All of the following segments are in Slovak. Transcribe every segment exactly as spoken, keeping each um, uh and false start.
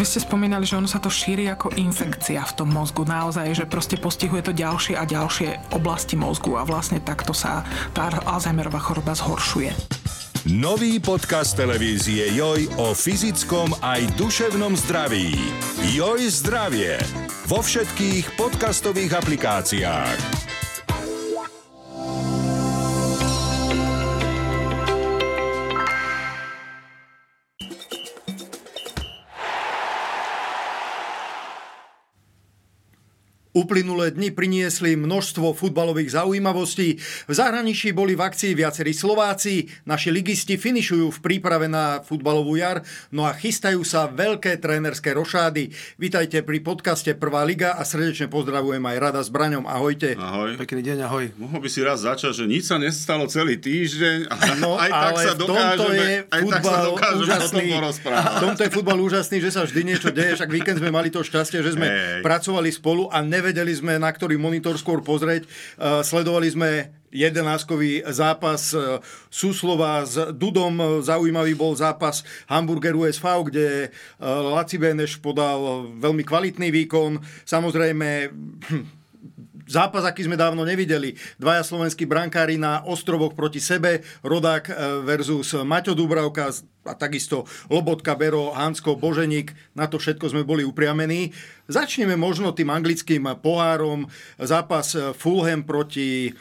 Vy ste spomínali, že ono sa to šíri ako infekcia v tom mozgu. Naozaj, že proste postihuje to ďalšie a ďalšie oblasti mozgu a vlastne takto sa tá Alzheimerová choroba zhoršuje. Nový podcast televízie Joj o fyzickom aj duševnom zdraví. Joj zdravie. Vo všetkých podcastových aplikáciách. Uplynulé dni priniesli množstvo futbalových zaujímavostí. V zahraničí boli v akcii viacerí Slováci, naši ligisti finišujú v príprave na futbalovú jar, no a chystajú sa veľké trénerské rošády. Vítajte pri podcaste Prvá liga a srdečne pozdravujem aj Rada s Braňom. Ahojte. Ahoj. Pekný deň, ahoj. Mohol by si raz začať, že nič sa nestalo celý týždeň, no, aj tak sa dokážeme, aj tak sa dokážeme o tom porozprávať. V tomto je futbal úžasný, že sa vždy niečo deje, však víkend sme mali to šťastie, že sme hey. pracovali spolu a nevedeli sme, na ktorý monitor skôr pozrieť. Uh, sledovali sme jedenáskový zápas uh, Suslova s Dudom. Zaujímavý bol zápas Hamburgeru es vé, kde uh, Laci Beneš podal veľmi kvalitný výkon. Samozrejme, hm, zápas, aký sme dávno nevideli. Dvaja slovenskí brankári na ostrovoch proti sebe. Rodák versus Maťo Dúbravka a takisto Lobotka, Bero, Hansko, Boženík. Na to všetko sme boli upriamení. Začneme možno tým anglickým pohárom. Zápas Fulham proti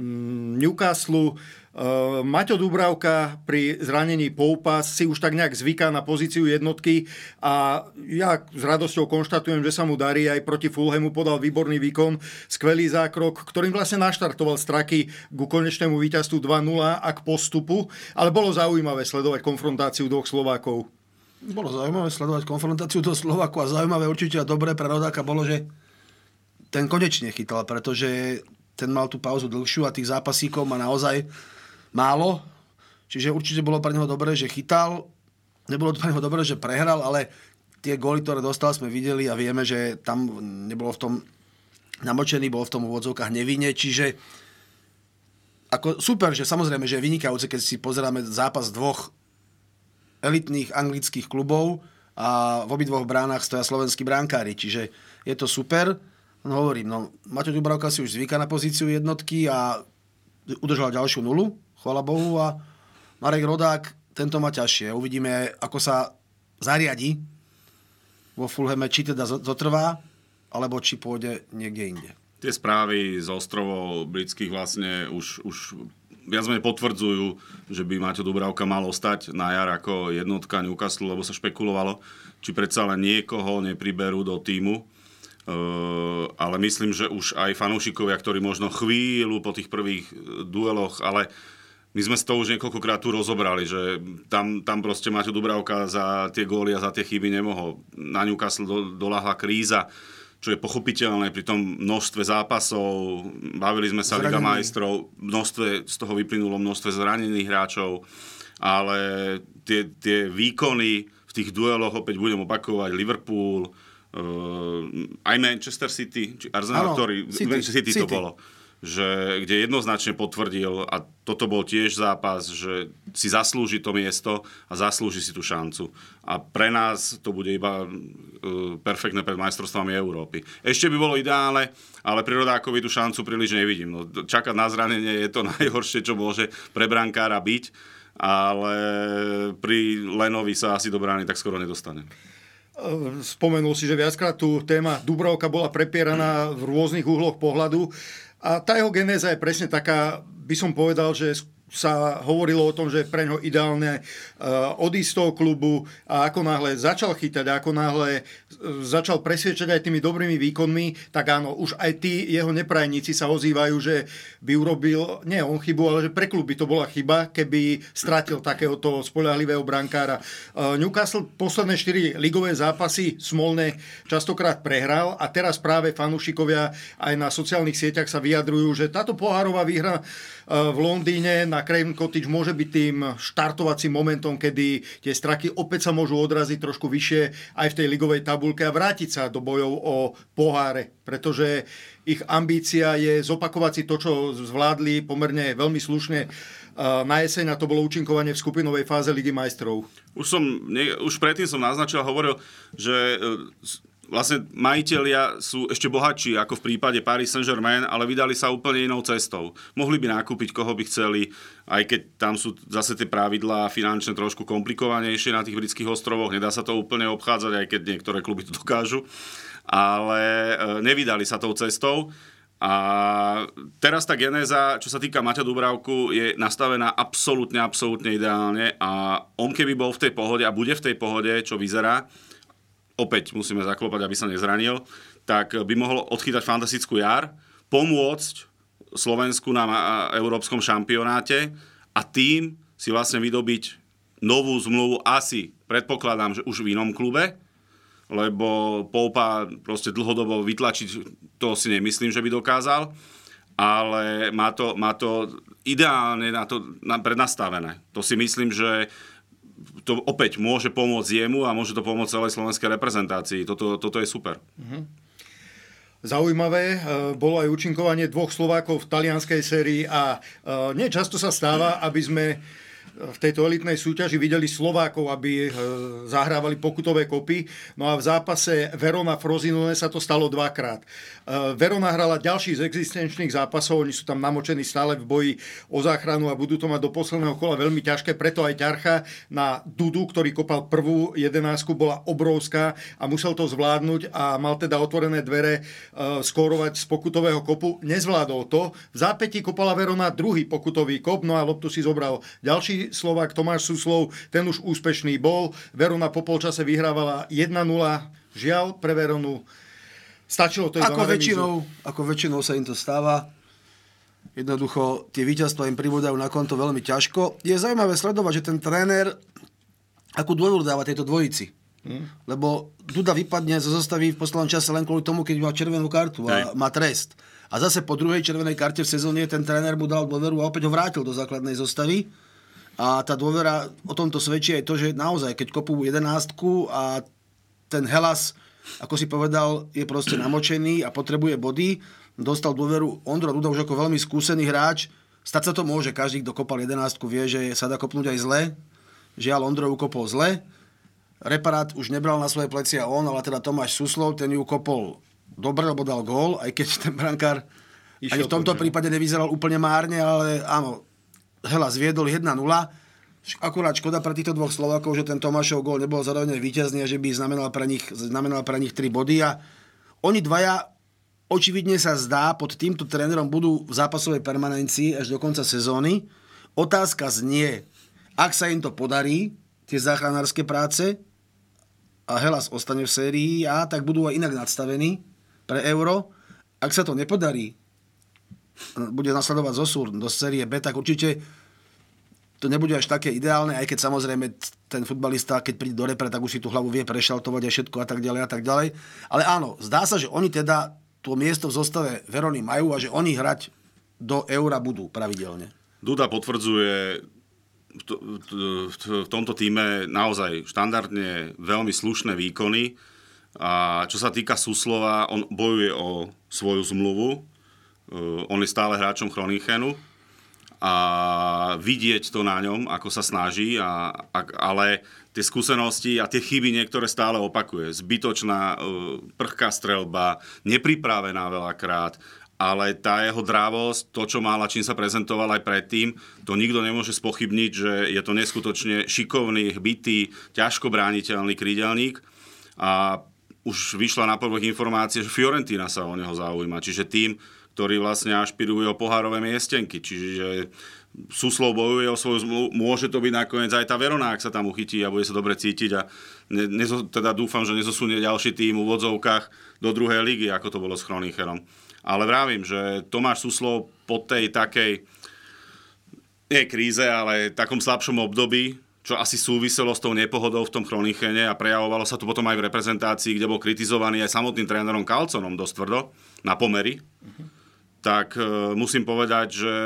Newcastle. Maťo Dúbravka pri zranení Poupas si už tak nejak zvyká na pozíciu jednotky a ja s radosťou konštatujem, že sa mu darí. Aj proti Fulhamu podal výborný výkon, skvelý zákrok, ktorým vlastne naštartoval Straky ku konečnému víťazstvu dva nula a k postupu, ale bolo zaujímavé sledovať konfrontáciu dvoch Slovákov. Bolo zaujímavé sledovať konfrontáciu dvoch Slovákov a zaujímavé určite a dobré pre Rodáka bolo, že ten konečne chytal, pretože ten mal tú pauzu dlhšiu a tých zápasíkov má naozaj málo, čiže určite bolo pre neho dobré, že chytal, nebolo pre neho dobré, že prehral, ale tie góly, ktoré dostal, sme videli a vieme, že tam nebolo v tom namočený, bol v tom úvodzovkách nevinne, čiže ako super, že samozrejme, že je vynikajúce, keď si pozeráme zápas dvoch elitných anglických klubov a v obidvoch bránach stoja slovenskí brankári, čiže je to super. No hovorím, no Maťo Dúbravka si už zvyká na pozíciu jednotky a udržal ďalšiu nulu, chvála Bohu, a Marek Rodák, tento má ťažšie. Uvidíme, ako sa zariadi vo Fulhame, či teda zotrvá, alebo či pôjde niekde inde. Tie správy z ostrovov britských vlastne už, už viac menej potvrdzujú, že by Maťo Dúbravka mal ostať na jar ako jednotka Newcastle, lebo sa špekulovalo, či predsa len niekoho nepriberú do tímu. Uh, ale myslím, že už aj fanúšikovia, ktorí možno chvíľu po tých prvých dueloch, ale my sme to už niekoľkokrát tu rozobrali, že tam, tam proste Maťo Dúbravka za tie góly a za tie chyby nemohol. Na Newcastle do, doľahla kríza, čo je pochopiteľné pri tom množstve zápasov. Bavili sme sa Liga majstrov, množstve, z toho vyplynulo množstve zranených hráčov, ale tie, tie výkony v tých dueloch opäť budem opakovať. Liverpool, Uh, aj Manchester City, či Arsenal, ano, ktorý City, Manchester City, City to bolo, že, kde jednoznačne potvrdil, a toto bol tiež zápas, že si zaslúži to miesto a zaslúži si tú šancu. A pre nás to bude iba uh, perfektné pred majstrovstvami Európy. Ešte by bolo ideálne, ale pri Rodákovi tú šancu príliš nevidím. No, čakať na zranenie je to najhoršie, čo môže pre brankára byť, ale pri Lenovi sa asi do brány tak skoro nedostane. Spomenul si, že viackrát tu téma Dúbravka bola prepieraná v rôznych uhloch pohľadu a tá jeho genéza je presne taká, by som povedal, že sa hovorilo o tom, že je pre ňo ideálne odísť z toho klubu a ako náhle začal chytať, ako náhle začal presviečať aj tými dobrými výkonmi, tak áno, už aj tí jeho neprajníci sa ozývajú, že by urobil, nie on chybu, ale že pre klub by to bola chyba, keby stratil takéhoto spoľahlivého brankára. Newcastle posledné štyri ligové zápasy smolne častokrát prehral a teraz práve fanúšikovia aj na sociálnych sieťach sa vyjadrujú, že táto pohárová výhra v Londýne na a Craven Cottage môže byť tým štartovacím momentom, kedy tie Straky opäť sa môžu odraziť trošku vyššie aj v tej ligovej tabulke a vrátiť sa do bojov o poháre, pretože ich ambícia je zopakovať si to, čo zvládli pomerne veľmi slušne na jeseň, a to bolo účinkovanie v skupinovej fáze Ligy majstrov. Už som, ne, už predtým som naznačil a hovoril, že vlastne majitelia sú ešte bohatší ako v prípade Paris Saint-Germain, ale vydali sa úplne inou cestou. Mohli by nakúpiť, koho by chceli, aj keď tam sú zase tie pravidlá finančne trošku komplikovanejšie na tých britských ostrovoch. Nedá sa to úplne obchádzať, aj keď niektoré kluby to dokážu. Ale nevydali sa tou cestou. A teraz tá genéza, čo sa týka Maťa Dúbravku, je nastavená absolútne, absolútne ideálne a on keby bol v tej pohode a bude v tej pohode, čo vyzerá, opäť musíme zaklopať, aby sa nezranil, tak by mohol odchytať fantastickú jar, pomôcť Slovensku na európskom šampionáte a tým si vlastne vydobiť novú zmluvu asi, predpokladám, že už v inom klube, lebo Poupa proste dlhodobo vytlačiť, to si nemyslím, že by dokázal, ale má to, má to ideálne na to na, prednastavené. To si myslím, že to opäť môže pomôcť jemu a môže to pomôcť celej slovenskej reprezentácii. Toto, toto je super. Mhm. Zaujímavé bolo aj účinkovanie dvoch Slovákov v talianskej sérii a nie často sa stáva, aby sme v tejto elitnej súťaži videli Slovákov, aby zahrávali pokutové kopy. No a v zápase Verona Frosinone sa to stalo dvakrát. Verona hrala ďalší z existenčných zápasov, oni sú tam namočení stále v boji o záchranu a budú to mať do posledného kola veľmi ťažké, preto aj ťarcha na Dudu, ktorý kopal prvú jedenásku, bola obrovská a musel to zvládnuť a mal teda otvorené dvere skórovať z pokutového kopu. Nezvládol to. V zápätí kopala Verona druhý pokutový kop, no a loptu si zobral ďalší Slovák Tomáš Suslov, ten už úspešný bol. Verona po polčase vyhrávala jedna nula. Žiaľ, pre Veronu stačilo to iba ako na väčšinou, ako väčšinou sa im to stáva. Jednoducho tie víťazstvá im pribúdajú na konto veľmi ťažko. Je zaujímavé sledovať, že ten tréner akú dôveru dáva tejto dvojici. Hmm. Lebo Duda vypadne zo zostavy v poslednom čase len kvôli tomu, keď má červenú kartu a Hej. má trest. A zase po druhej červenej karte v sezóne ten tréner mu dal dôveru a opäť ho vrátil do základnej zostavy. A tá dôvera o tomto svedčí aj to, že naozaj, keď kopú jedenástku a ten Hellas, ako si povedal, je proste namočený a potrebuje body, dostal dôveru Ondro Duda už ako veľmi skúsený hráč. Stať sa to môže, každý, kto kopal jedenástku, vie, že sa dá kopnúť aj zle. Žiaľ, Ondro ju kopol zle. Reparát už nebral na svoje plecia on, ale teda Tomáš Suslov, ten ju kopol dobre, lebo dal gól, aj keď ten brankár ani v tomto prípade nevyzeral úplne márne, ale áno, Hellas viedol jedna nula. Akurát škoda pre týchto dvoch Slovákov, že ten Tomášov gól nebol zároveň víťazný a že by znamenal pre nich, znamenal pre nich tri body. A oni dvaja, očividne sa zdá, pod týmto trénerom budú v zápasovej permanencii až do konca sezóny. Otázka znie, ak sa im to podarí, tie záchranárske práce, a Hellas ostane v sérii A, tak budú aj inak nadstavení pre Euro. Ak sa to nepodarí, bude nasledovať zosúr do série B, tak určite to nebude až také ideálne, aj keď samozrejme ten futbalista, keď príde do repre, tak už si tú hlavu vie prešaltovať a všetko a tak ďalej a tak ďalej. Ale áno, zdá sa, že oni teda to miesto v zostave Verony majú a že oni hrať do Eura budú pravidelne. Duda potvrdzuje v, to, v tomto týme naozaj štandardne veľmi slušné výkony. A čo sa týka Suslova, on bojuje o svoju zmluvu. On je stále hráčom Chroningenu a vidieť to na ňom, ako sa snaží, a, a, ale tie skúsenosti a tie chyby niektoré stále opakuje. Zbytočná prchká streľba, nepripravená veľakrát, ale tá jeho drávosť, to, čo mala, čím sa prezentoval aj predtým, to nikto nemôže spochybniť, že je to neskutočne šikovný, hbitý, ťažko brániteľný krídelník a už vyšla na prvých informácie, že Fiorentina sa o neho zaujíma, čiže tým, ktorý vlastne ašpiruje o pohárové miestenky. Čiže Suslov bojuje o svoju zmluvu, môže to byť nakoniec aj tá Verona, ak sa tam uchytí a bude sa dobre cítiť a ne, nezo, teda dúfam, že nezosunie ďalší tým v úvodzovkách do druhej ligy, ako to bolo s Chroningenom. Ale vravím, že Tomáš Suslov po tej takej, nie kríze, ale takom slabšom období, čo asi súviselo s tou nepohodou v tom Chroningene a prejavovalo sa to potom aj v reprezentácii, kde bol kritizovaný aj samotným trénerom Carlsonom dosť tvrdo, na pomery. Uh-huh. tak uh, musím povedať, že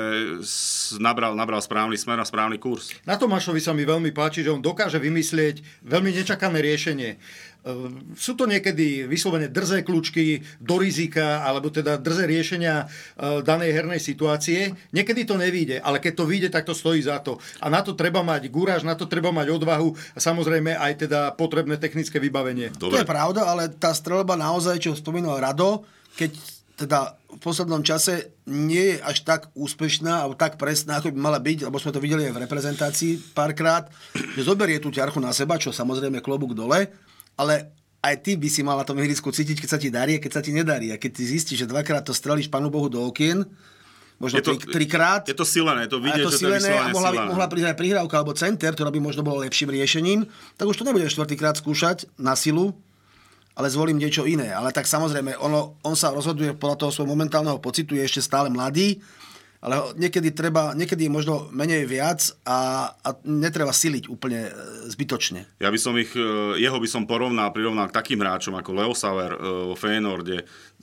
nabral, nabral správny smer a správny kurz. Na Tomášovi sa mi veľmi páči, že on dokáže vymyslieť veľmi nečakané riešenie. Uh, sú to niekedy vyslovene drzé kľúčky do rizika, alebo teda drzé riešenia uh, danej hernej situácie. Niekedy to nevíde, ale keď to vyjde, tak to stojí za to. A na to treba mať gúraž, na to treba mať odvahu a samozrejme aj teda potrebné technické vybavenie. Dobre. To je pravda, ale tá streľba naozaj, čo spomínal Rado, keď teda v poslednom čase nie je až tak úspešná alebo tak presná, ako by mala byť, lebo sme to videli aj v reprezentácii párkrát, že zoberie tú ťarchu na seba, čo samozrejme klobúk dole, ale aj ty by si mal na tom ihrisku cítiť, keď sa ti darí a keď sa ti nedarí. A keď ty zistíš, že dvakrát to strelíš Pánu Bohu do okien, možno tri, trikrát. Je to silené, to vidieť, to že to je vyslovene a mohla, silené. mohla prísť aj prihrávka alebo center, ktorá by možno bolo lepším riešením, tak už to nebudem štvrtýkrát skúšať na silu, ale zvolím niečo iné. Ale tak samozrejme, ono, on sa rozhoduje podľa toho svojho momentálneho pocitu, je ešte stále mladý, ale niekedy treba, niekedy je možno menej viac a, a netreba siliť úplne zbytočne. Ja by som ich, jeho by som porovnal, prirovnal k takým hráčom ako Leo Sauer vo Feyenoorde.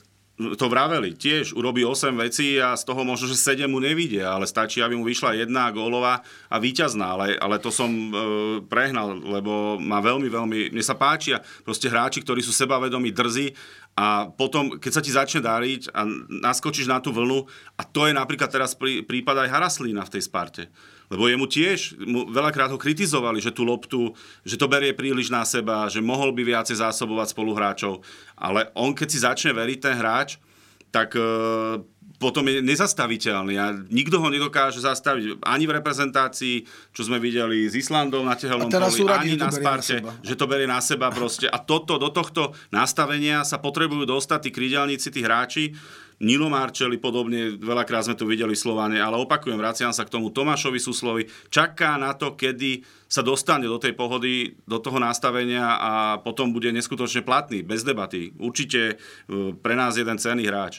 To vraveli, tiež urobí osem vecí a z toho možno, že sedem mu nevidia, ale stačí, aby mu vyšla jedna gólová a víťazná, ale, ale to som e, prehnal, lebo má veľmi, veľmi, mne sa páčia proste hráči, ktorí sú sebavedomí, drzí a potom, keď sa ti začne dariť a naskočíš na tú vlnu a to je napríklad teraz prí, prípad aj Haraslína v tej Sparte. Lebo jemu tiež, mu veľakrát ho kritizovali, že tú loptu, že to berie príliš na seba, že mohol by viacej zásobovať spoluhráčov. Ale on, keď si začne veriť ten hráč, tak e, potom je nezastaviteľný. A nikto ho nedokáže zastaviť. Ani v reprezentácii, čo sme videli s Islandom na tehelnom poli, ani na Sparte, na že to berie na seba proste. A toto, do tohto nastavenia sa potrebujú dostať tí krídelníci, tí hráči, Nilo Marčeli, podobne, veľakrát sme tu videli Slovane, ale opakujem, vraciam sa k tomu Tomášovi Suslovi, čaká na to, kedy sa dostane do tej pohody, do toho nastavenia a potom bude neskutočne platný, bez debaty. Určite pre nás jeden cenný hráč.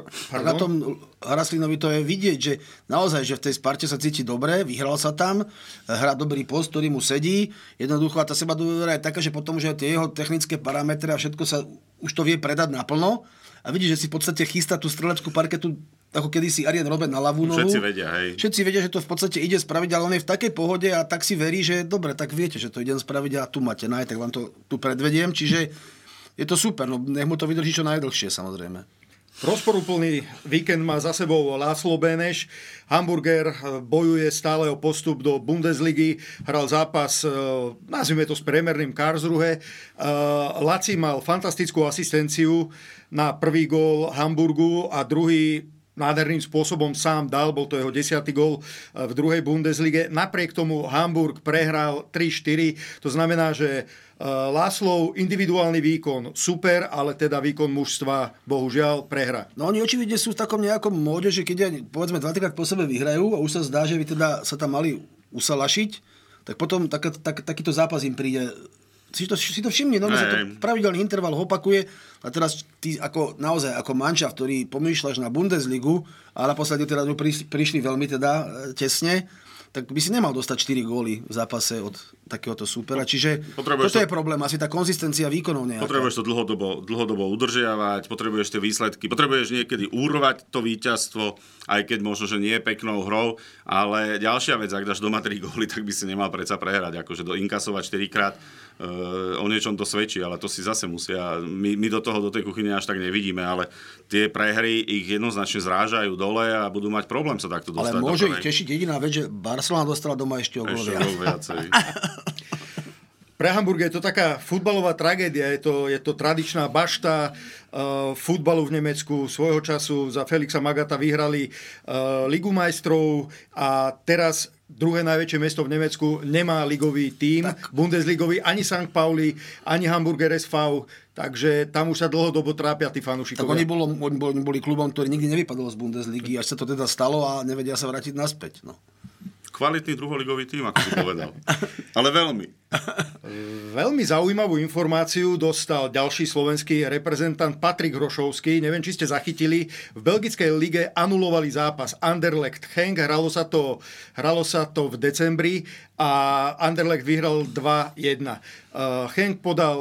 A na tom Haraslinovi to je vidieť, že naozaj, že v tej Sparte sa cíti dobre, vyhral sa tam, hrá dobrý post, ktorý mu sedí, jednoducho a tá seba dôvera je taká, že potom, že tie jeho technické parametre a všetko sa už to vie predať naplno. A vidíš, že si v podstate chystá tú streleckú parketu, ako kedysi Arjen Robben na ľavú nohu. Všetci vedia, hej. Všetci vedia, že to v podstate ide spraviť, ale on je v takej pohode a tak si verí, že dobre, tak viete, že to idem spraviť a tu máte, naj, tak vám to tu predvediem. Čiže je to super, no nech mu to vydrží čo najdlhšie, samozrejme. Rozporúplný víkend má za sebou László Bénes. Hamburger bojuje stále o postup do Bundesligy. Hral zápas, nazvime to s priemerným Karlsruhe. Laci mal fantastickú asistenciu na prvý gól Hamburgu a druhý nádherným spôsobom sám dal, bol to jeho desiatý gól v druhej Bundeslige. Napriek tomu Hamburg prehral tri štyri. To znamená, že Lászlov individuálny výkon super, ale teda výkon mužstva bohužiaľ prehra. No oni očividne sú v takom nejakom móde, že keď povedzme dvakrát po sebe vyhrajú a už sa zdá, že by teda sa tam mali usalašiť, tak potom tak, tak, takýto zápas im príde. Si to, si to všimne, no, sa to pravidelný interval ho opakuje a teraz ty ako, naozaj ako mančaft, ktorý pomýšľaš na Bundesligu a naposledy teda prišli veľmi teda tesne, tak by si nemal dostať štyri góly v zápase od takéhoto súpera. Čiže toto to, je problém, asi tá konzistencia výkonov nejaká. Potrebuješ to dlhodobo, dlhodobo udržiavať, potrebuješ tie výsledky, potrebuješ niekedy urvať to víťazstvo, aj keď možno, že nie je peknou hrou, ale ďalšia vec, ak dáš doma tri góly, tak by si nemal predsa prehrať, akože do inkasovať štyrikrát, uh, o niečom to svedčí, ale to si zase musia, my, my do toho, do tej kuchyne až tak nevidíme, ale tie prehry ich jednoznačne zrážajú dole a budú mať problém sa takto dostať. Ale môže ich tešiť jediná vec, že Barcelona dostala doma ešte o gól viacej. Pre Hamburg je to taká futbalová tragédia, je to, je to tradičná bašta uh, futbalu v Nemecku. Svojho času za Felixa Magata vyhrali uh, Ligu majstrov a teraz druhé najväčšie mesto v Nemecku nemá ligový tím, tak. Bundesligový, ani Sankt Pauli, ani Hamburger es vé, takže tam už sa dlhodobo trápia tí fanúšikovia. Tak oni, bolo, oni, boli, oni boli klubom, ktorý nikdy nevypadol z Bundesligy, až sa to teda stalo a nevedia sa vrátiť naspäť. No. Kvalitný druholigový tým, ako si povedal. Ale veľmi. Veľmi zaujímavú informáciu dostal ďalší slovenský reprezentant Patrik Hrošovský. Neviem, či ste zachytili. V belgickej lige anulovali zápas Anderlecht Genk. Hralo sa to, hralo sa to v decembri a Anderlecht vyhral dva jedna. Genk podal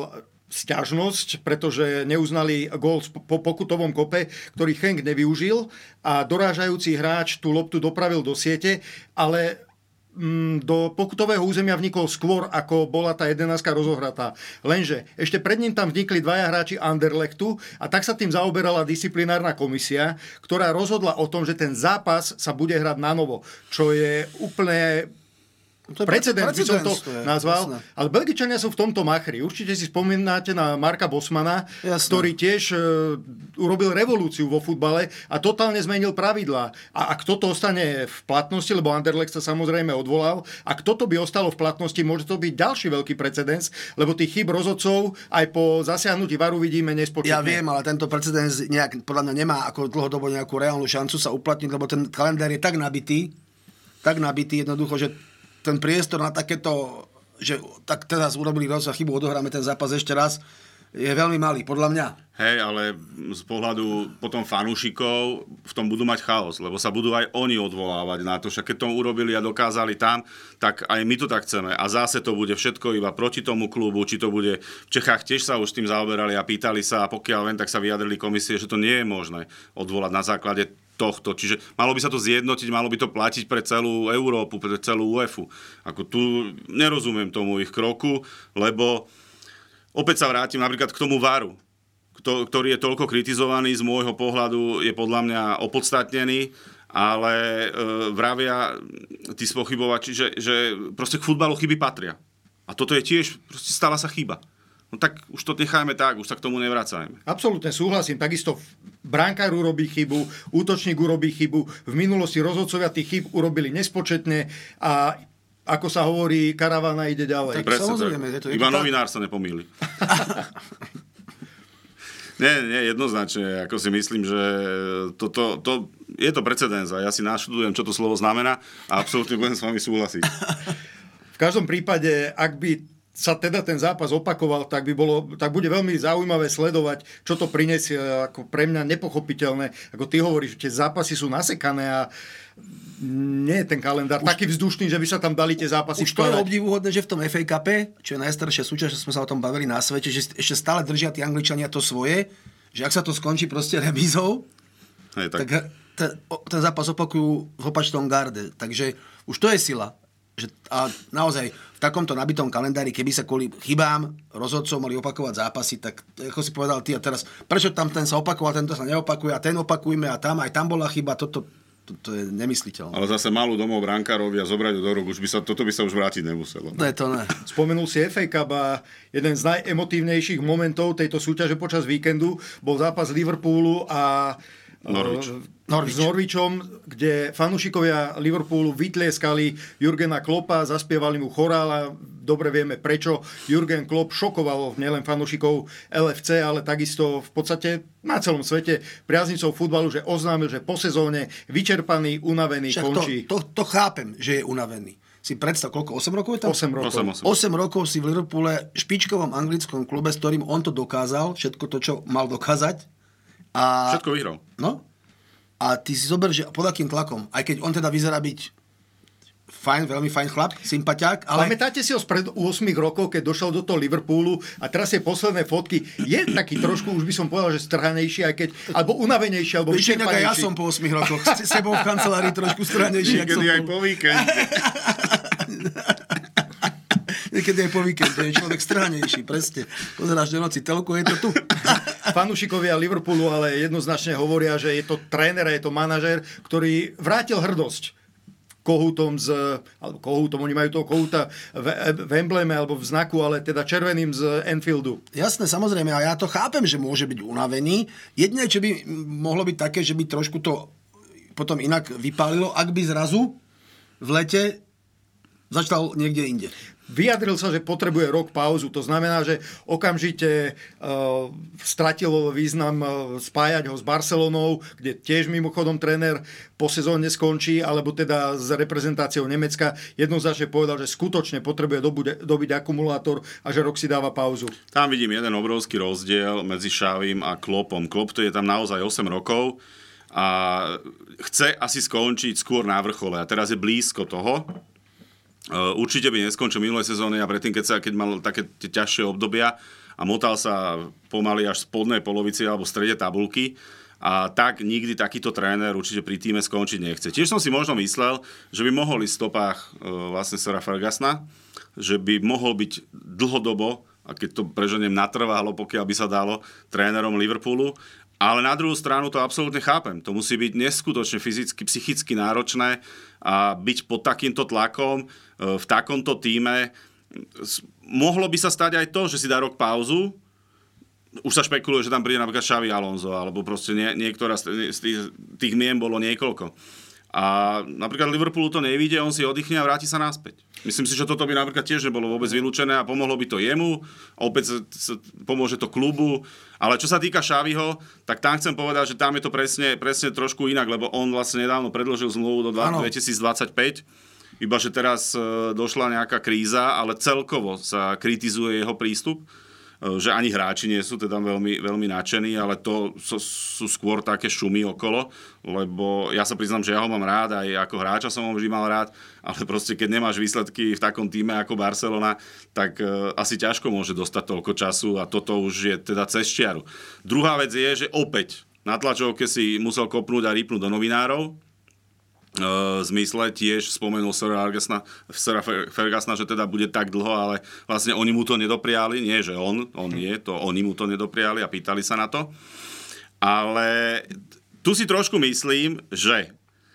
sťažnosť, pretože neuznali gól po pokutovom kope, ktorý Henk nevyužil a dorážajúci hráč tú loptu dopravil do siete, ale do pokutového územia vnikol skôr, ako bola tá jedenástka rozohratá. Lenže ešte pred ním tam vnikli dvaja hráči Anderlechtu a tak sa tým zaoberala disciplinárna komisia, ktorá rozhodla o tom, že ten zápas sa bude hrať na novo, čo je úplne precedens, by som to nazval. Jasné. Ale Belgičania sú v tomto machri. Určite si spomínate na Marka Bosmana, jasné, ktorý tiež e, urobil revolúciu vo futbale a totálne zmenil pravidlá. A ak toto ostane v platnosti, lebo Anderlecht sa samozrejme odvolal, ak toto by ostalo v platnosti, môže to byť ďalší veľký precedens, lebo tých chýb rozhodcov aj po zasiahnutí varu vidíme nespočetne. Ja viem, ale tento precedens nejak, podľa mňa nemá ako dlhodobo nejakú reálnu šancu sa uplatniť, lebo ten kalendár je tak nabitý, tak nabitý jednoducho, že ten priestor na takéto, že tak teraz urobili rozsah chybu, odohráme ten zápas ešte raz, je veľmi malý, podľa mňa. Hej, ale z pohľadu potom fanúšikov v tom budú mať chaos, lebo sa budú aj oni odvolávať na to, však keď to urobili a dokázali tam, tak aj my to tak chceme. A zase to bude všetko iba proti tomu klubu, či to bude v Čechách tiež sa už s tým zaoberali a pýtali sa, a pokiaľ len tak sa vyjadrili komisie, že to nie je možné odvolať na základe tohto. Čiže malo by sa to zjednotiť, malo by to platiť pre celú Európu, pre celú UEFA. Ako tu nerozumiem tomu ich kroku, lebo opäť sa vrátim napríklad k tomu varu, ktorý je toľko kritizovaný, z môjho pohľadu je podľa mňa opodstatnený, ale e, vravia tí spochybovači, že, že proste k futbalu chyby patria. A toto je tiež, proste stala sa chyba. No tak už to nechajme tak, už sa k tomu nevracajme. Absolútne súhlasím. Takisto brankár urobí chybu, útočník urobí chybu. V minulosti rozhodcovia tých chyb urobili nespočetne a ako sa hovorí, karavana ide ďalej. Tak samozrejme. Je to, je iba to novinár sa nepomýli. nie, nie, jednoznačne. Ako si myslím, že to, to, to, je to precedens a ja si naštudujem, čo to slovo znamená a absolútne budem s vami súhlasiť. V každom prípade, ak by sa teda ten zápas opakoval, tak by bolo, tak bude veľmi zaujímavé sledovať, čo to prinesie, ako pre mňa nepochopiteľné. Ako ty hovoríš, že tie zápasy sú nasekané a nie je ten kalendár už taký vzdušný, že by sa tam dali tie zápasy už skladať. To je obdivuhodné, že v tom ef á Cupe, čo je najstaršia súťaž, že sme sa o tom bavili na svete, že ešte stále držia tí Angličania to svoje, že ak sa to skončí proste remízou, Hej, tak, tak ten, ten zápas opakujú v opačnom garde. Takže už to je sila. Že, a naozaj v takomto nabitom kalendári, keby sa kvôli chybám rozhodcov mali opakovať zápasy, tak ako si povedal ty a teraz, prečo tam ten sa opakoval, tento sa neopakuje a ten opakujme a tam aj tam bola chyba, toto to, to je nemysliteľné. Ale zase malú domov brankárovi a zobrať do rúk, už by sa, toto by sa už vrátiť nemuselo. Ne, to ne. Spomenul si ef á Cup a jeden z najemotívnejších momentov tejto súťaže počas víkendu bol zápas Liverpoolu a Norwich. Norwich. S Norwichom, kde fanúšikovia Liverpoolu vytlieskali Jurgena Kloppa, zaspievali mu chorál a dobre vieme prečo. Jurgen Klopp šokoval nielen fanúšikov el ef cé, ale takisto v podstate na celom svete priaznicov futbalu, že oznámil, že po sezóne vyčerpaný, unavený, však končí. To, to, to chápem, že je unavený. Si predstav, koľko? osem rokov je tam? osem rokov. osem, osem. osem rokov si v Liverpoole, špičkovom anglickom klube, s ktorým on to dokázal, všetko to, čo mal dokázať. A, všetko vyhral. No. A ty si zober, že pod akým tlakom, aj keď on teda vyzerá byť fajn, veľmi fajn chlap, sympatiák, ale... Pamätáte si ho spred osem rokov, keď došiel do toho Liverpoolu a teraz je posledné fotky, je taký trošku, už by som povedal, že strhanejší, aj keď, alebo unavenejší, alebo vyčerpanejší. Ja som po osem rokoch s sebou v kancelárii trošku strhanejší. Niekedy aj po víkende. Niekedy aj po víkende je človek strhanejší, presne. Pozeráš do noci telku, je to tu. Fanúšikovia Liverpoolu ale jednoznačne hovoria, že je to tréner a je to manažér, ktorý vrátil hrdosť kohútom z, alebo kohútom, oni majú toho kohúta v, v embléme alebo v znaku, ale teda červeným z Anfieldu. Jasné, samozrejme, a ja to chápem, že môže byť unavený. Jediné, čo by mohlo byť také, že by trošku to potom inak vypálilo, ak by zrazu v lete začal niekde inde. Vyjadril sa, že potrebuje rok pauzu. To znamená, že okamžite uh, stratilo význam uh, spájať ho s Barcelonou, kde tiež mimochodom tréner po sezóne skončí, alebo teda s reprezentáciou Nemecka. Jednoznačne povedal, že skutočne potrebuje dobude, dobiť akumulátor a že rok si dáva pauzu. Tam vidím jeden obrovský rozdiel medzi Xavim a Kloppom. Klopp to je tam naozaj osem rokov a chce asi skončiť skôr na vrchole. A teraz je blízko toho. určite by neskončil minulé sezóny a predtým, keď, sa, keď mal také tie ťažšie obdobia a motal sa pomaly až v spodnej polovici alebo v strede tabulky, a tak nikdy takýto tréner určite pri týme skončiť nechce. Tiež som si možno myslel, že by mohol ísť v stopách e, vlastne Sira Fergusona, že by mohol byť dlhodobo, a keď to preženiem natrvalo, pokiaľ by sa dalo, trénerom Liverpoolu, ale na druhú stranu to absolútne chápem. To musí byť neskutočne fyzicky, psychicky náročné a byť pod takýmto tlakom e, v takomto tíme. Mohlo by sa stať aj to, že si dá rok pauzu. Už sa špekuluje, že tam príde napríklad Xavi Alonso, alebo proste nie, niektorá z tých, tých mien bolo niekoľko. A napríklad Liverpoolu to nevidie, on si oddychne a vráti sa naspäť. Myslím si, že toto by napríklad tiež nebolo vôbec vylúčené a pomohlo by to jemu, opäť sa, sa, pomôže to klubu. Ale čo sa týka Xaviho, tak tam chcem povedať, že tam je to presne, presne trošku inak, lebo on vlastne nedávno predložil zmluvu do dvetisícdvadsaťpäť. Iba, že teraz došla nejaká kríza, ale celkovo sa kritizuje jeho prístup, že ani hráči nie sú teda veľmi, veľmi nadšení, ale to sú, sú skôr také šumy okolo, lebo ja sa priznám, že ja ho mám rád, aj ako hráča som ho vždy mal rád, ale proste keď nemáš výsledky v takom týme ako Barcelona, tak uh, asi ťažko môže dostať toľko času a toto už je teda cez čiaru. Druhá vec je, že opäť na tlačovke si musel kopnúť a rýpnúť do novinárov, v zmysle tiež spomenul Sira Fergusona, že teda bude tak dlho, ale vlastne oni mu to nedopriali, nie že on, on je, to oni mu to nedopriali a pýtali sa na to. Ale tu si trošku myslím, že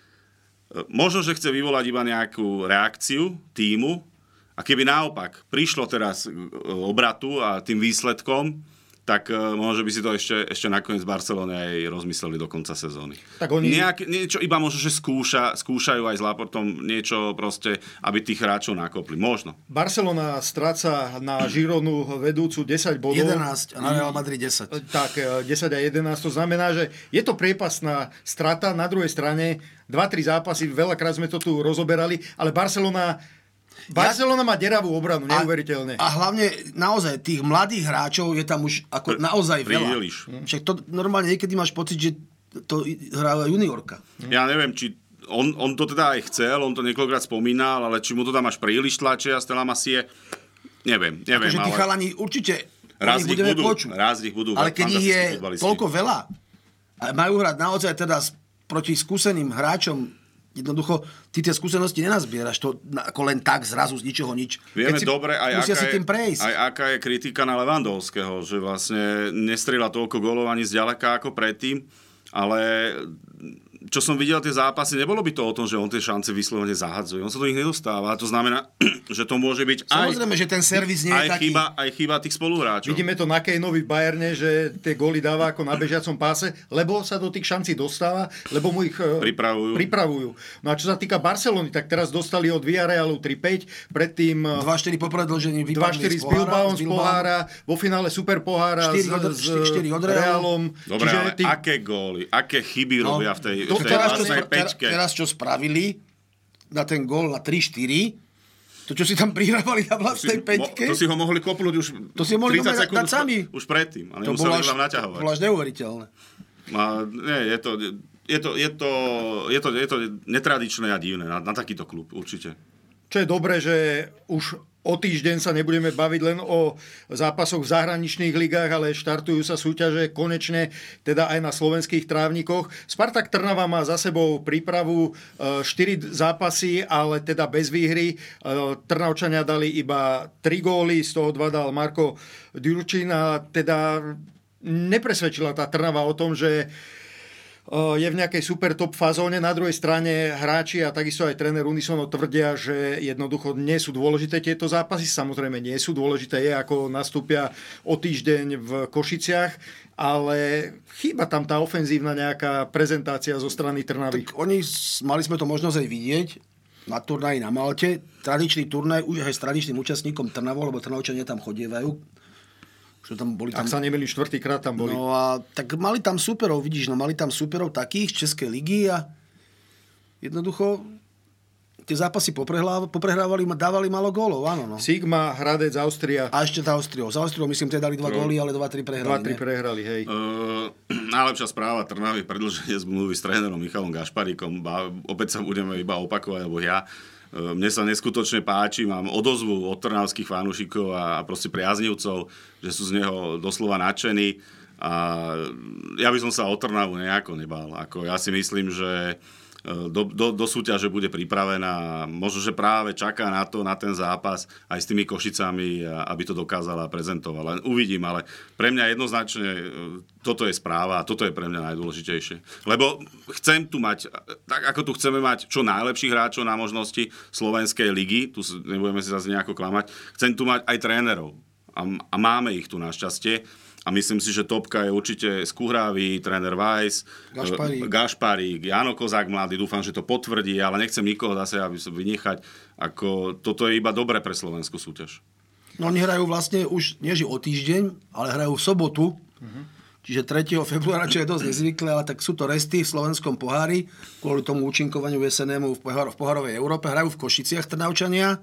možno, že chce vyvolať iba nejakú reakciu tímu a keby naopak prišlo teraz obratu a tým výsledkom, tak uh, možno by si to ešte, ešte nakoniec v Barcelone aj rozmysleli do konca sezóny. Tak oni... Nejak, niečo iba možno, že skúša, skúšajú aj s Laportom niečo proste, aby tých hráčov nakopli. Možno. Barcelona stráca na Gironu vedúcu desať bodov. jedenásť a na Real Madrid desať. Tak, desať a jedenásť. To znamená, že je to priepasná strata. Na druhej strane dva tri zápasy, veľakrát sme to tu rozoberali, ale Barcelona... Barcelona má deravú obranu, neuveriteľne. A, a hlavne naozaj tých mladých hráčov je tam už ako naozaj veľa. Však to normálne niekedy máš pocit, že to hrá juniorka. Ja neviem, či on, on to teda aj chcel, on to niekoľkokrát spomínal, ale či mu to tam až príliš tlačia, Stella Masie, neviem, neviem. Akože tí ale... chalani určite raz ich budeme budú, počuť. Raz ich budú. Ale keď ich je toľko veľa a majú hrať naozaj teda proti skúseným hráčom, jednoducho, ty tie skúsenosti nenazbieraš to ako len tak zrazu z ničoho nič. Vieme si, dobre, aj musia aká, si tým prejsť. aj aká je kritika na Lewandowského, že vlastne nestrieľa toľko gólov ani zďaleka ako predtým, ale čo som videl tie zápasy, nebolo by to o tom, že on tie šance vyslovene zahadzuje. On sa do nich nedostáva. To znamená, že to môže byť aj... Samozrejme, že ten servis nie je aj taký. Chyba, aj chyba tých spoluhráčov. Vidíme to na Kaneovi v Bayerne, že tie góly dáva ako na bežiacom páse, lebo sa do tých šancí dostáva, lebo mu ich pripravujú. pripravujú. No a čo sa týka Barcelony, tak teraz dostali od Villarealu tri päť, predtým dva štyri po predĺžení dva štyri s Bilbaom z pohára, vo finále super pohára s, s Realom. Dobre, ale tí... aké góly, aké chyby no, robia v tej, to, v tej teraz, vlastnej čo, pečke. Teraz čo spravili na ten gól na tri štyri, to, čo si tam prihrávali na vlastnej peťke. To si ho mohli kopnúť už to si mohli tridsať sekúnd dať sami. Už predtým. A to nemuseli až, vám naťahovať. To bolo až neuveriteľné. A, nie, je to, je, to, je, to, je, to, je to netradičné a divné na, na takýto klub, určite. Čo je dobré, že už o týždeň sa nebudeme baviť len o zápasoch v zahraničných ligách, ale štartujú sa súťaže konečne teda aj na slovenských trávnikoch. Spartak Trnava má za sebou prípravu štyri zápasy, ale teda bez výhry. Trnavčania dali iba tri góly, z toho dva dal Marko Ďurčín a teda nepresvedčila tá Trnava o tom, že je v nejakej super top fazóne. Na druhej strane hráči a takisto aj tréner unisono tvrdia, že jednoducho nie sú dôležité tieto zápasy. Samozrejme nie sú dôležité, je ako nastúpia o týždeň v Košiciach, ale chýba tam tá ofenzívna nejaká prezentácia zo strany Trnavy. Tak oni, mali sme to možnosť aj vidieť na turnaji na Malte. Tradičný turnaj už aj s tradičným účastníkom Trnavou, lebo Trnavčania tam chodievajú. Že tam boli tam... Ak sa nemýli, štvrtýkrát tam boli. No a tak mali tam súperov, vidíš, no mali tam súperov takých z Českej ligy a jednoducho tie zápasy poprehrávali, dávali málo gólov, áno. No. Sigma, Hradec, Austria. A ešte tá Austriou. Z Austriou myslím, tie dali dva no. góly, ale dva tri prehrali. dva tri prehrali, hej. Uh, najlepšia správa Trnavy, predĺženie zmluvy s trénerom Michalom Gašparíkom. Opäť sa budeme iba opakovať, lebo ja. Mne sa neskutočne páči, mám odozvu od trnavských fanúšikov a proste priaznivcov, že sú z neho doslova nadšení. A ja by som sa o Trnavu nejako nebál. Ako ja si myslím, že do, do, do súťaže bude pripravená. Možno, že práve čaká na to, na ten zápas aj s tými Košicami, aby to dokázala prezentovala. Uvidím, ale pre mňa jednoznačne toto je správa a toto je pre mňa najdôležitejšie. Lebo chcem tu mať, tak ako tu chceme mať čo najlepších hráčov na možnosti Slovenskej ligy, tu nebudeme si zase nejako klamať, chcem tu mať aj trénerov. A, a máme ich tu našťastie. A myslím si, že topka je určite Skuhravý, tréner Weiss, Gašparík. Gašparík, Jano Kozák mladý, dúfam, že to potvrdí, ale nechcem nikoho zase, aby sa vynechať. Ako, toto je iba dobre pre slovenskú súťaž. No oni hrajú vlastne už, nie že o týždeň, ale hrajú v sobotu, uh-huh. Čiže tretieho februára, čo je dosť nezvyklé, ale tak sú to resty v slovenskom pohári, kvôli tomu účinkovaniu jesenému v, pohár, v pohárovej Európe, hrajú v Košiciach Trnavčania.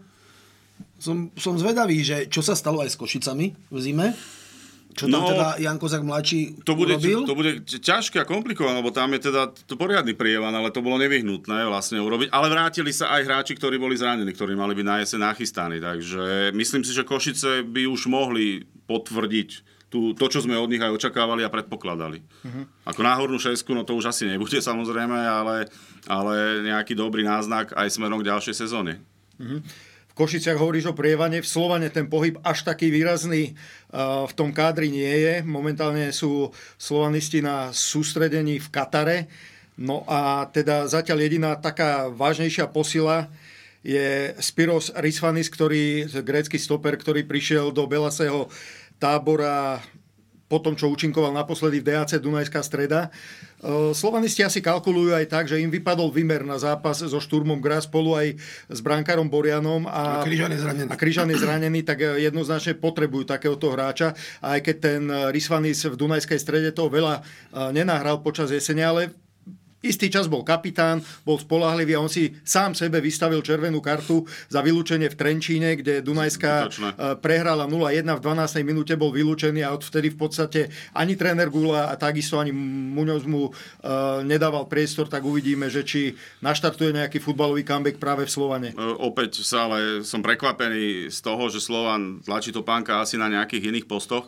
Som, som zvedavý, že čo sa stalo aj s Košicami v zime. Čo tam no, teda Jan Kozák mladší to bude, urobil? To bude ťažké a komplikované, lebo tam je teda to poriadny prievan, ale to bolo nevyhnutné vlastne urobiť. Ale vrátili sa aj hráči, ktorí boli zranení, ktorí mali byť na jeseň nachystaní. Takže myslím si, že Košice by už mohli potvrdiť tú, to, čo sme od nich aj očakávali a predpokladali. Uh-huh. Ako náhornú šesku, no to už asi nebude samozrejme, ale, ale nejaký dobrý náznak aj smerom k ďalšej sezóne. Uh-huh. V Košiciach hovoríš o prievane, v Slovane ten pohyb až taký výrazný uh, v tom kádri nie je. Momentálne sú slovanisti na sústredení v Katare. No a teda zatiaľ jediná taká vážnejšia posila je Spiros Risvanis, ktorý, grécky stoper, ktorý prišiel do Belasého Tábora po tom, čo účinkoval naposledy v dé á cé Dunajská Streda. Slovanisti asi kalkulujú aj tak, že im vypadol výmer na zápas so Šturmom Graz spolu aj s brankárom Borianom a, a Kryžan je zranený. A Kryžan je zranený, tak jednoznačne potrebujú takéhoto hráča. A aj keď ten Risvanis v Dunajskej Strede toho veľa nenahral počas jesene, ale istý čas bol kapitán, bol spoľahlivý a on si sám sebe vystavil červenú kartu za vylúčenie v Trenčíne, kde Dunajská prehrala nula jedna, v dvanástej minúte bol vylúčený a odvtedy v podstate ani tréner Gula a takisto ani Muňoz mu uh, nedával priestor, tak uvidíme, že či naštartuje nejaký futbalový comeback práve v Slovane. Uh, opäť sa ale som prekvapený z toho, že Slovan tlačí Topánka asi na nejakých iných postoch.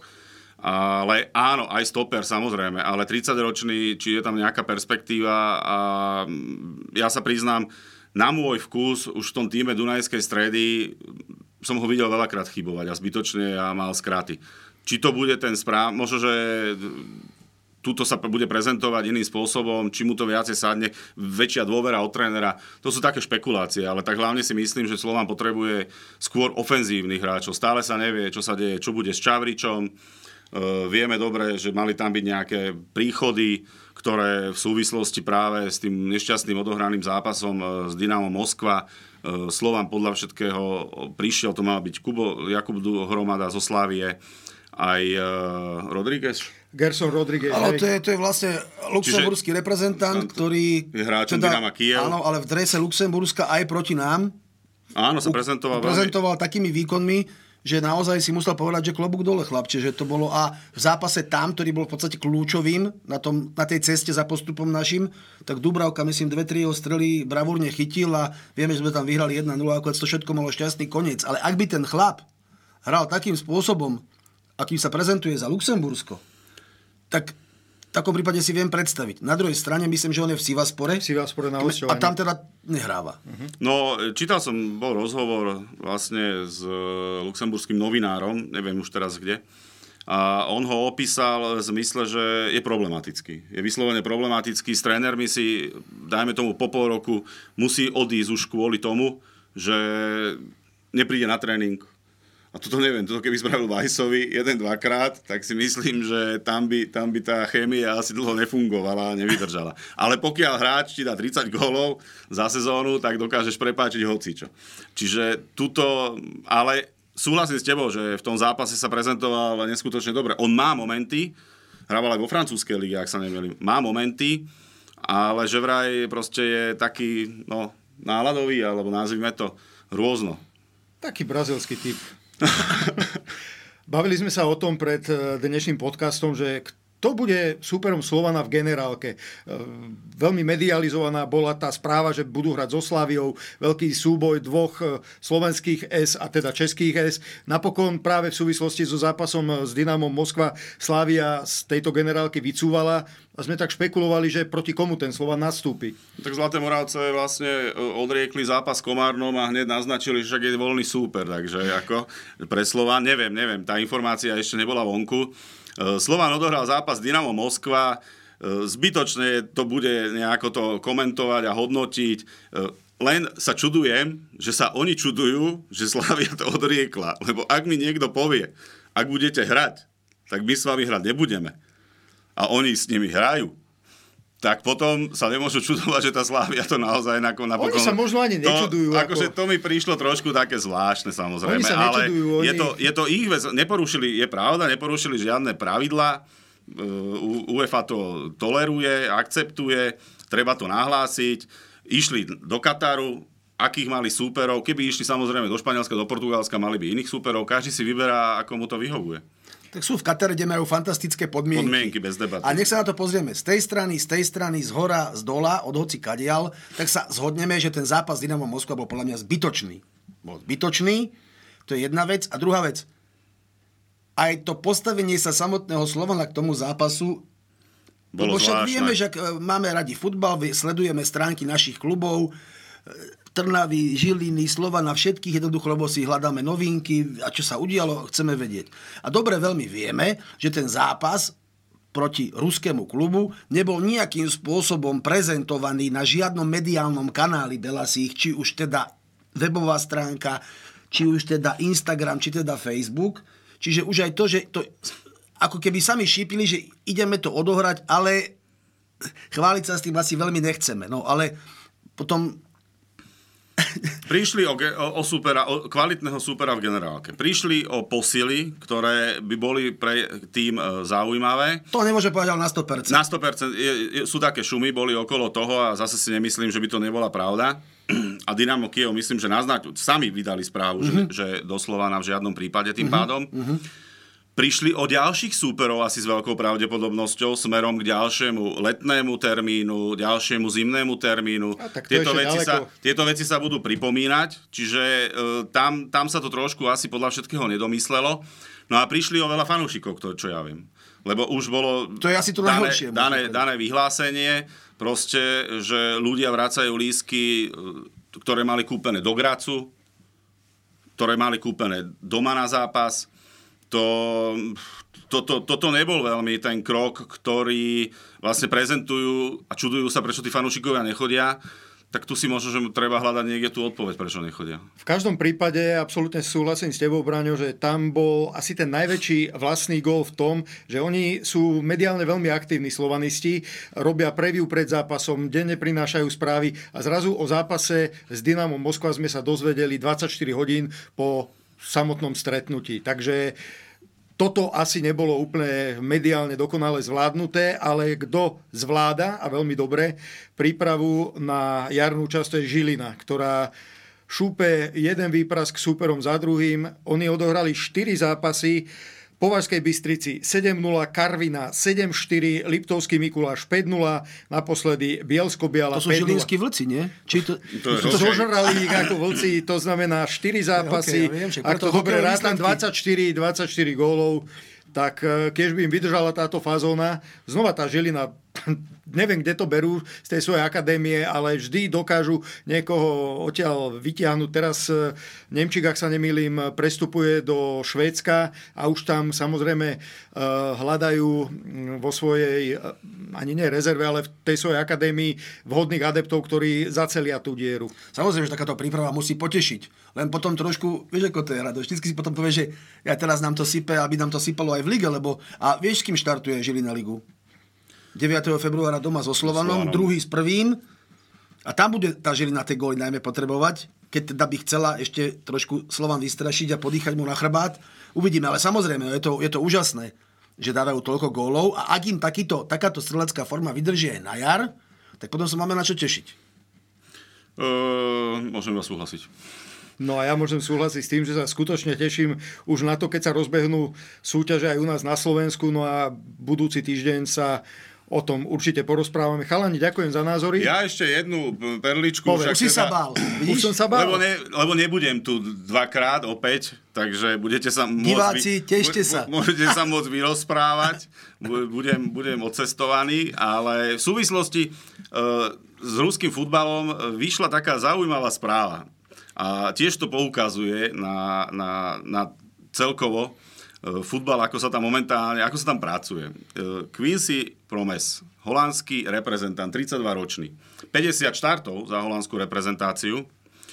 Ale áno, aj stoper samozrejme, ale tridsaťročný, či je tam nejaká perspektíva a ja sa priznám, na môj vkus už v tom týme Dunajskej Stredy som ho videl veľakrát chybovať a zbytočne a mal skraty. Či to bude ten správ, možno, že tuto sa bude prezentovať iným spôsobom, či mu to viacej sadne, väčšia dôvera od trénera. To sú také špekulácie, ale tak hlavne si myslím, že Slovan potrebuje skôr ofenzívnych hráčov. Stále sa nevie, čo sa deje, čo bude s Čavričom. Uh, vieme dobre, že mali tam byť nejaké príchody, ktoré v súvislosti práve s tým nešťastným odohraným zápasom uh, s Dynamom Moskva uh, Slovan podľa všetkého prišiel, to mal byť Kubo, Jakub Hromada zo Slavie, aj uh, Rodríguez. Gerson Rodríguez. Ale to je, to je vlastne luxemburský Čiže, reprezentant, ktorý... Je hráčom teda, Dynama Kyjev. Áno, ale v drese Luxemburska aj proti nám. Áno, sa prezentoval. Prezentoval veľmi... takými výkonmi, že naozaj si musel povedať, že klobúk dole, chlapče, že to bolo a v zápase tam, ktorý bol v podstate kľúčovým na, tom, na tej ceste za postupom našim, tak Dubravka, myslím, dve tri jeho strely bravúrne chytil a vieme, že sme tam vyhrali jedna nula, ako to všetko malo šťastný koniec. Ale ak by ten chlap hral takým spôsobom, akým sa prezentuje za Luxembursko, tak v takom prípade si viem predstaviť. Na druhej strane myslím, že on je v Sivaspore. Sivaspore na hosťovaní. A tam teda nehráva. Uh-huh. No, čítal som, bol rozhovor vlastne s luxemburským novinárom, neviem už teraz kde, a on ho opísal v zmysle, že je problematický. Je vyslovene problematický. S trénermi si, dajme tomu po pol roku, musí odísť už kvôli tomu, že nepríde na tréning. A toto neviem, toto keby spravil Weissovi jeden, dvakrát, tak si myslím, že tam by, tam by tá chémia asi dlho nefungovala a nevydržala. Ale pokiaľ hráč ti dá tridsať gólov za sezónu, tak dokážeš prepáčiť hocičo. Čiže tuto, ale súhlasím s tebou, že v tom zápase sa prezentoval neskutočne dobre. On má momenty, hrával aj vo francúzskej lige, ak sa nemýlim, má momenty, ale že vraj proste je taký, no, náladový, alebo nazvime to, rôzno. Taký brazilský typ. Bavili sme sa o tom pred dnešným podcastom, že kto bude súperom Slovana v generálke. Veľmi medializovaná bola tá správa, že budú hrať so Slaviou, veľký súboj dvoch slovenských S a teda českých S. Napokon práve v súvislosti so zápasom s Dynamom Moskva Slavia z tejto generálky vycúvala a sme tak špekulovali, že proti komu ten Slovan nastúpi. Tak Zlaté Moravce vlastne odriekli zápas s Komárnom a hneď naznačili, že však je voľný súper, takže ako pre Slovan, neviem, neviem, tá informácia ešte nebola vonku. Slovan odohral zápas s Dynamom Moskva, zbytočne to bude nejako to komentovať a hodnotiť, len sa čudujem, že sa oni čudujú, že Slavia to odriekla, lebo ak mi niekto povie, ak budete hrať, tak my s vami hrať nebudeme. A oni s nimi hrajú, tak potom sa nemôžu čudovať, že tá Slavia to naozaj napokon... Oni sa možno ani nečudujú. To, akože ako... to mi prišlo trošku také zvláštne, samozrejme. Oni sa ale nečudujú, oni... je, to, je to ich vec. Neporušili, je pravda, neporušili žiadne pravidlá. UEFA to toleruje, akceptuje, treba to nahlásiť. Išli do Kataru, akých mali súperov. Keby išli samozrejme do Španielska, do Portugalska, mali by iných súperov. Každý si vyberá, ako mu to vyhovuje. Tak sú v Katare, kde majú fantastické podmienky. Podmienky, bez debaty. A nech sa na to pozrieme z tej strany, z tej strany, z hora, z dola, od hoci kadial, tak sa zhodneme, že ten zápas s Dynamom Moskva bol podľa mňa zbytočný. Bol zbytočný, to je jedna vec. A druhá vec, aj to postavenie sa samotného Slovana k tomu zápasu, bolo však zvláštne. vieme, že máme radi futbal, sledujeme stránky našich klubov, Trnavy, Žiliny, Slovana, všetkých jednoducho, lebo si hľadáme novinky a čo sa udialo, chceme vedieť. A dobre veľmi vieme, že ten zápas proti ruskému klubu nebol nejakým spôsobom prezentovaný na žiadnom mediálnom kanáli Belasích, či už teda webová stránka, či už teda Instagram, či teda Facebook. Čiže už aj to, že to ako keby sami šípili, že ideme to odohrať, ale chváliť sa s tým asi veľmi nechceme. No ale potom... Prišli o, o, o, supera, o kvalitného supera v generálke. Prišli o posily, ktoré by boli pre tým e, zaujímavé. To nemôže povedať na sto percent. Na sto percent je, je, sú také šumy, boli okolo toho a zase si nemyslím, že by to nebola pravda. A Dynamo Kyjev myslím, že naznačujú, sami vydali správu, mm-hmm. že, že doslova na v žiadnom prípade tým mm-hmm. pádom. Mm-hmm. Prišli o ďalších súperov asi s veľkou pravdepodobnosťou smerom k ďalšiemu letnému termínu, ďalšiemu zimnému termínu. Tieto veci, sa, tieto veci sa budú pripomínať, čiže e, tam, tam sa to trošku asi podľa všetkého nedomyslelo. No a prišli o veľa fanúšikov, to, čo ja viem. Lebo už bolo to je asi to dané, dané, dané vyhlásenie, proste, že ľudia vracajú lístky, ktoré mali kúpené do Gracu, ktoré mali kúpené doma na zápas. To, to, to, toto nebol veľmi ten krok, ktorý vlastne prezentujú a čudujú sa, prečo tí fanúšikovia nechodia, tak tu si možno, že treba hľadať niekde tú odpoveď, prečo nechodia. V každom prípade absolútne súhlasím s tebou, Braňo, že tam bol asi ten najväčší vlastný gól v tom, že oni sú mediálne veľmi aktívni slovanisti, robia preview pred zápasom, denne prinášajú správy a zrazu o zápase s Dynamom Moskva sme sa dozvedeli dvadsaťštyri hodín po samotnom stretnutí. Takže toto asi nebolo úplne mediálne dokonale zvládnuté, ale kto zvláda, a veľmi dobre, prípravu na jarnú časť, to je Žilina, ktorá šúpe jeden výprask súperom za druhým. Oni odohrali štyri zápasy, Považskej Bystrici sedem nula, Karvina sedem štyri, Liptovský Mikuláš päť nula, naposledy Bielsko-Biala päť nula. To sú žilinskí vlci, nie? Či to... To sú zožrali ich ako vlci, to znamená štyri zápasy. Okay, ja viem, ak to dobre rátam, dvadsaťštyri, dvadsaťštyri gólov, tak keď by im vydržala táto fazóna, znova tá Žilina, neviem, kde to berú z tej svojej akadémie, ale vždy dokážu niekoho odtiaľ vytiahnuť. Teraz Nemčík, ak sa nemýlim, prestupuje do Švédska a už tam samozrejme hľadajú vo svojej, ani nie rezerve, ale v tej svojej akadémii vhodných adeptov, ktorí zacelia tú dieru. Samozrejme, že takáto príprava musí potešiť. Len potom trošku, vieš, ako to je rado. Vždycky si potom povie, že ja teraz nám to sype, aby nám to sypalo aj v lige, lebo a vieš, s kým štartuje Žilina ligu? deviateho februára doma so Slovanom, druhý s prvým. A tam bude tá Žilina tie góly najmä potrebovať, keď teda by chcela ešte trošku Slovan vystrašiť a podýchať mu na chrbát. Uvidíme, ale samozrejme, je to, je to úžasné, že dávajú toľko gólov a ak im takýto, takáto strelecká forma vydrží aj na jar, tak potom sa máme na čo tešiť. Uh, môžem vás súhlasiť. No a ja môžem súhlasiť s tým, že sa skutočne teším už na to, keď sa rozbehnú súťaže aj u nás na Slovensku, no a budúci týždeň sa o tom určite porozprávame. Chalani, ďakujem za názory. Ja ešte jednu perličku. Už si sa bál. Už som sa bál. Lebo, ne, lebo nebudem tu dvakrát opäť, takže budete sa môcť... Diváci, tešte sa. Môžete sa môcť vyrozprávať. Budem, budem odcestovaný, ale v súvislosti uh, s ruským futbalom vyšla taká zaujímavá správa. A tiež to poukazuje na, na, na celkovo futbal, ako sa tam momentálne, ako sa tam pracuje. Quincy Promes, holandský reprezentant, tridsaťdvaročný, päťdesiat štartov za holandskú reprezentáciu,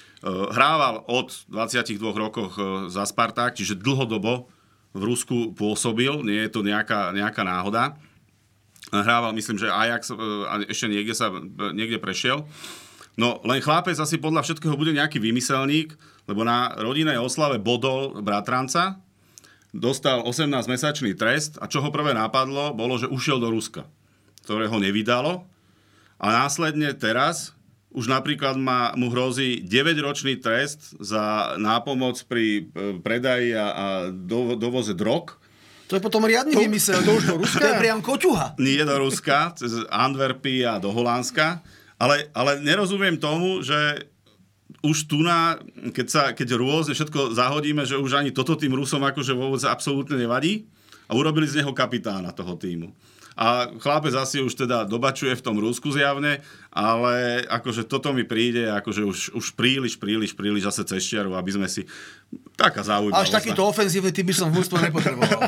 hrával od dvadsaťdva rokoch za Spartak, čiže dlhodobo v Rusku pôsobil, nie je to nejaká, nejaká náhoda. Hrával, myslím, že Ajax ešte niekde sa niekde prešiel. No, len chlapec asi podľa všetkého bude nejaký vymyselník, lebo na rodinnej oslave bodol bratranca, dostal osemnásťmesačný trest a čo ho prvé napadlo, bolo, že ušiel do Ruska, ktoré ho nevydalo. A následne teraz už napríklad má, mu hrozí deväťročný trest za nápomoc pri predaji a, a do, dovoze drog. To je potom riadny To- vymysel. to už do Ruska? To je priam koťuha. Nie do Ruska, cez Antwerpy a do Holandska. Ale, ale nerozumiem tomu, že už tu na, keď, sa, keď rôzne všetko zahodíme, že už ani toto tým Rusom akože vôbec absolútne nevadí a urobili z neho kapitána toho týmu. A chlapec asi už teda dobačuje v tom Rusku zjavne, ale akože toto mi príde akože už, už príliš, príliš, príliš zase cez čiaru, aby sme si taká zaujímavosť. Až takýto ofenzívny typ by som v mústve nepotreboval.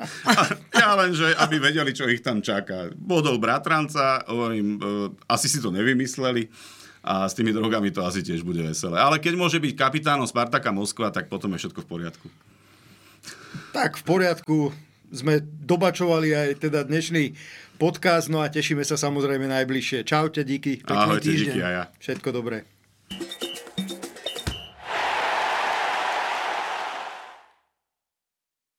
Ja len, že aby vedeli, čo ich tam čaká. Bodol bratranca, hovorím, e, asi si to nevymysleli. A s tými drogami to asi tiež bude veselé. Ale keď môže byť kapitánom Spartaka Moskva, tak potom je všetko v poriadku. Tak, v poriadku. Sme dobačovali aj teda dnešný podcast, no a tešíme sa samozrejme najbližšie. Čaute, díky. Ahojte, týždeň. díky a ja. Všetko dobré.